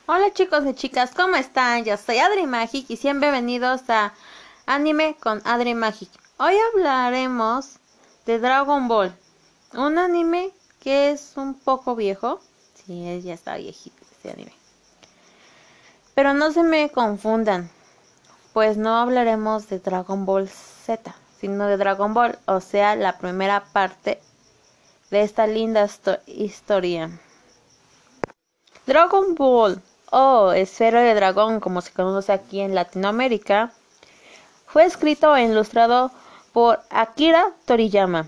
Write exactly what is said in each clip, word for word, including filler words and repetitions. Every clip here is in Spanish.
Hola chicos y chicas, ¿cómo están? Yo soy Adri Magic y sean bienvenidos a Anime con Adri Magic. Hoy hablaremos de Dragon Ball, un anime que es un poco viejo. Sí, es- ya está viejito este anime. Pero no se me confundan, pues no hablaremos de Dragon Ball Z, sino de Dragon Ball, o sea, la primera parte de esta linda histo- historia. Dragon Ball, o Esfera de Dragón, como se conoce aquí en Latinoamérica, fue escrito e ilustrado por Akira Toriyama.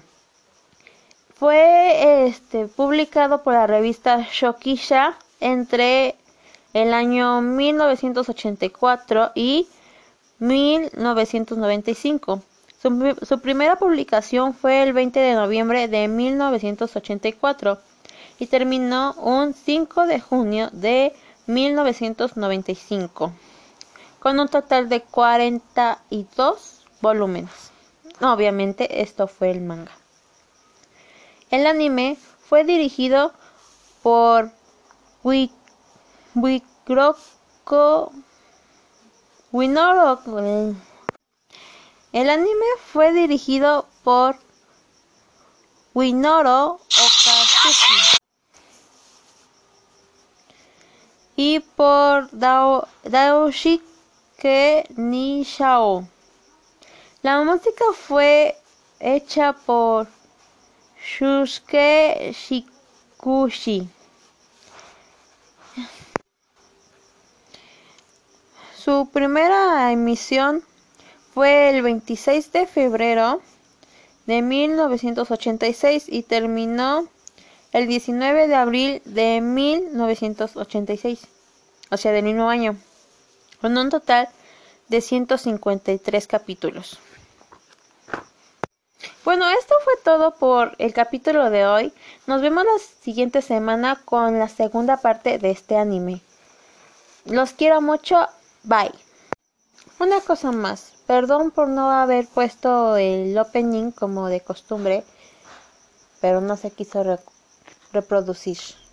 Fue este, publicado por la revista Shokisha entre el año mil novecientos ochenta y cuatro y mil novecientos noventa y cinco. Su, su primera publicación fue el veinte de noviembre de mil novecientos ochenta y cuatro y terminó un cinco de junio de mil novecientos noventa y cinco, con un total de cuarenta y dos volúmenes. Obviamente esto fue el manga. El anime fue dirigido por Wi- Wikroko Winoro. El anime fue dirigido por Winoro Okazuki y por Dao, Daoshike Nishao. La música fue hecha por Shusuke Shikushi. Su primera emisión fue el veintiséis de febrero de mil novecientos ochenta y seis y terminó el diecinueve de abril de mil novecientos ochenta y seis, o sea, del mismo año, con un total de ciento cincuenta y tres capítulos. Bueno, esto fue todo por el capítulo de hoy. Nos vemos la siguiente semana con la segunda parte de este anime. Los quiero mucho. Bye. Una cosa más. Perdón por no haber puesto el opening como de costumbre, pero no se quiso re- reproducir.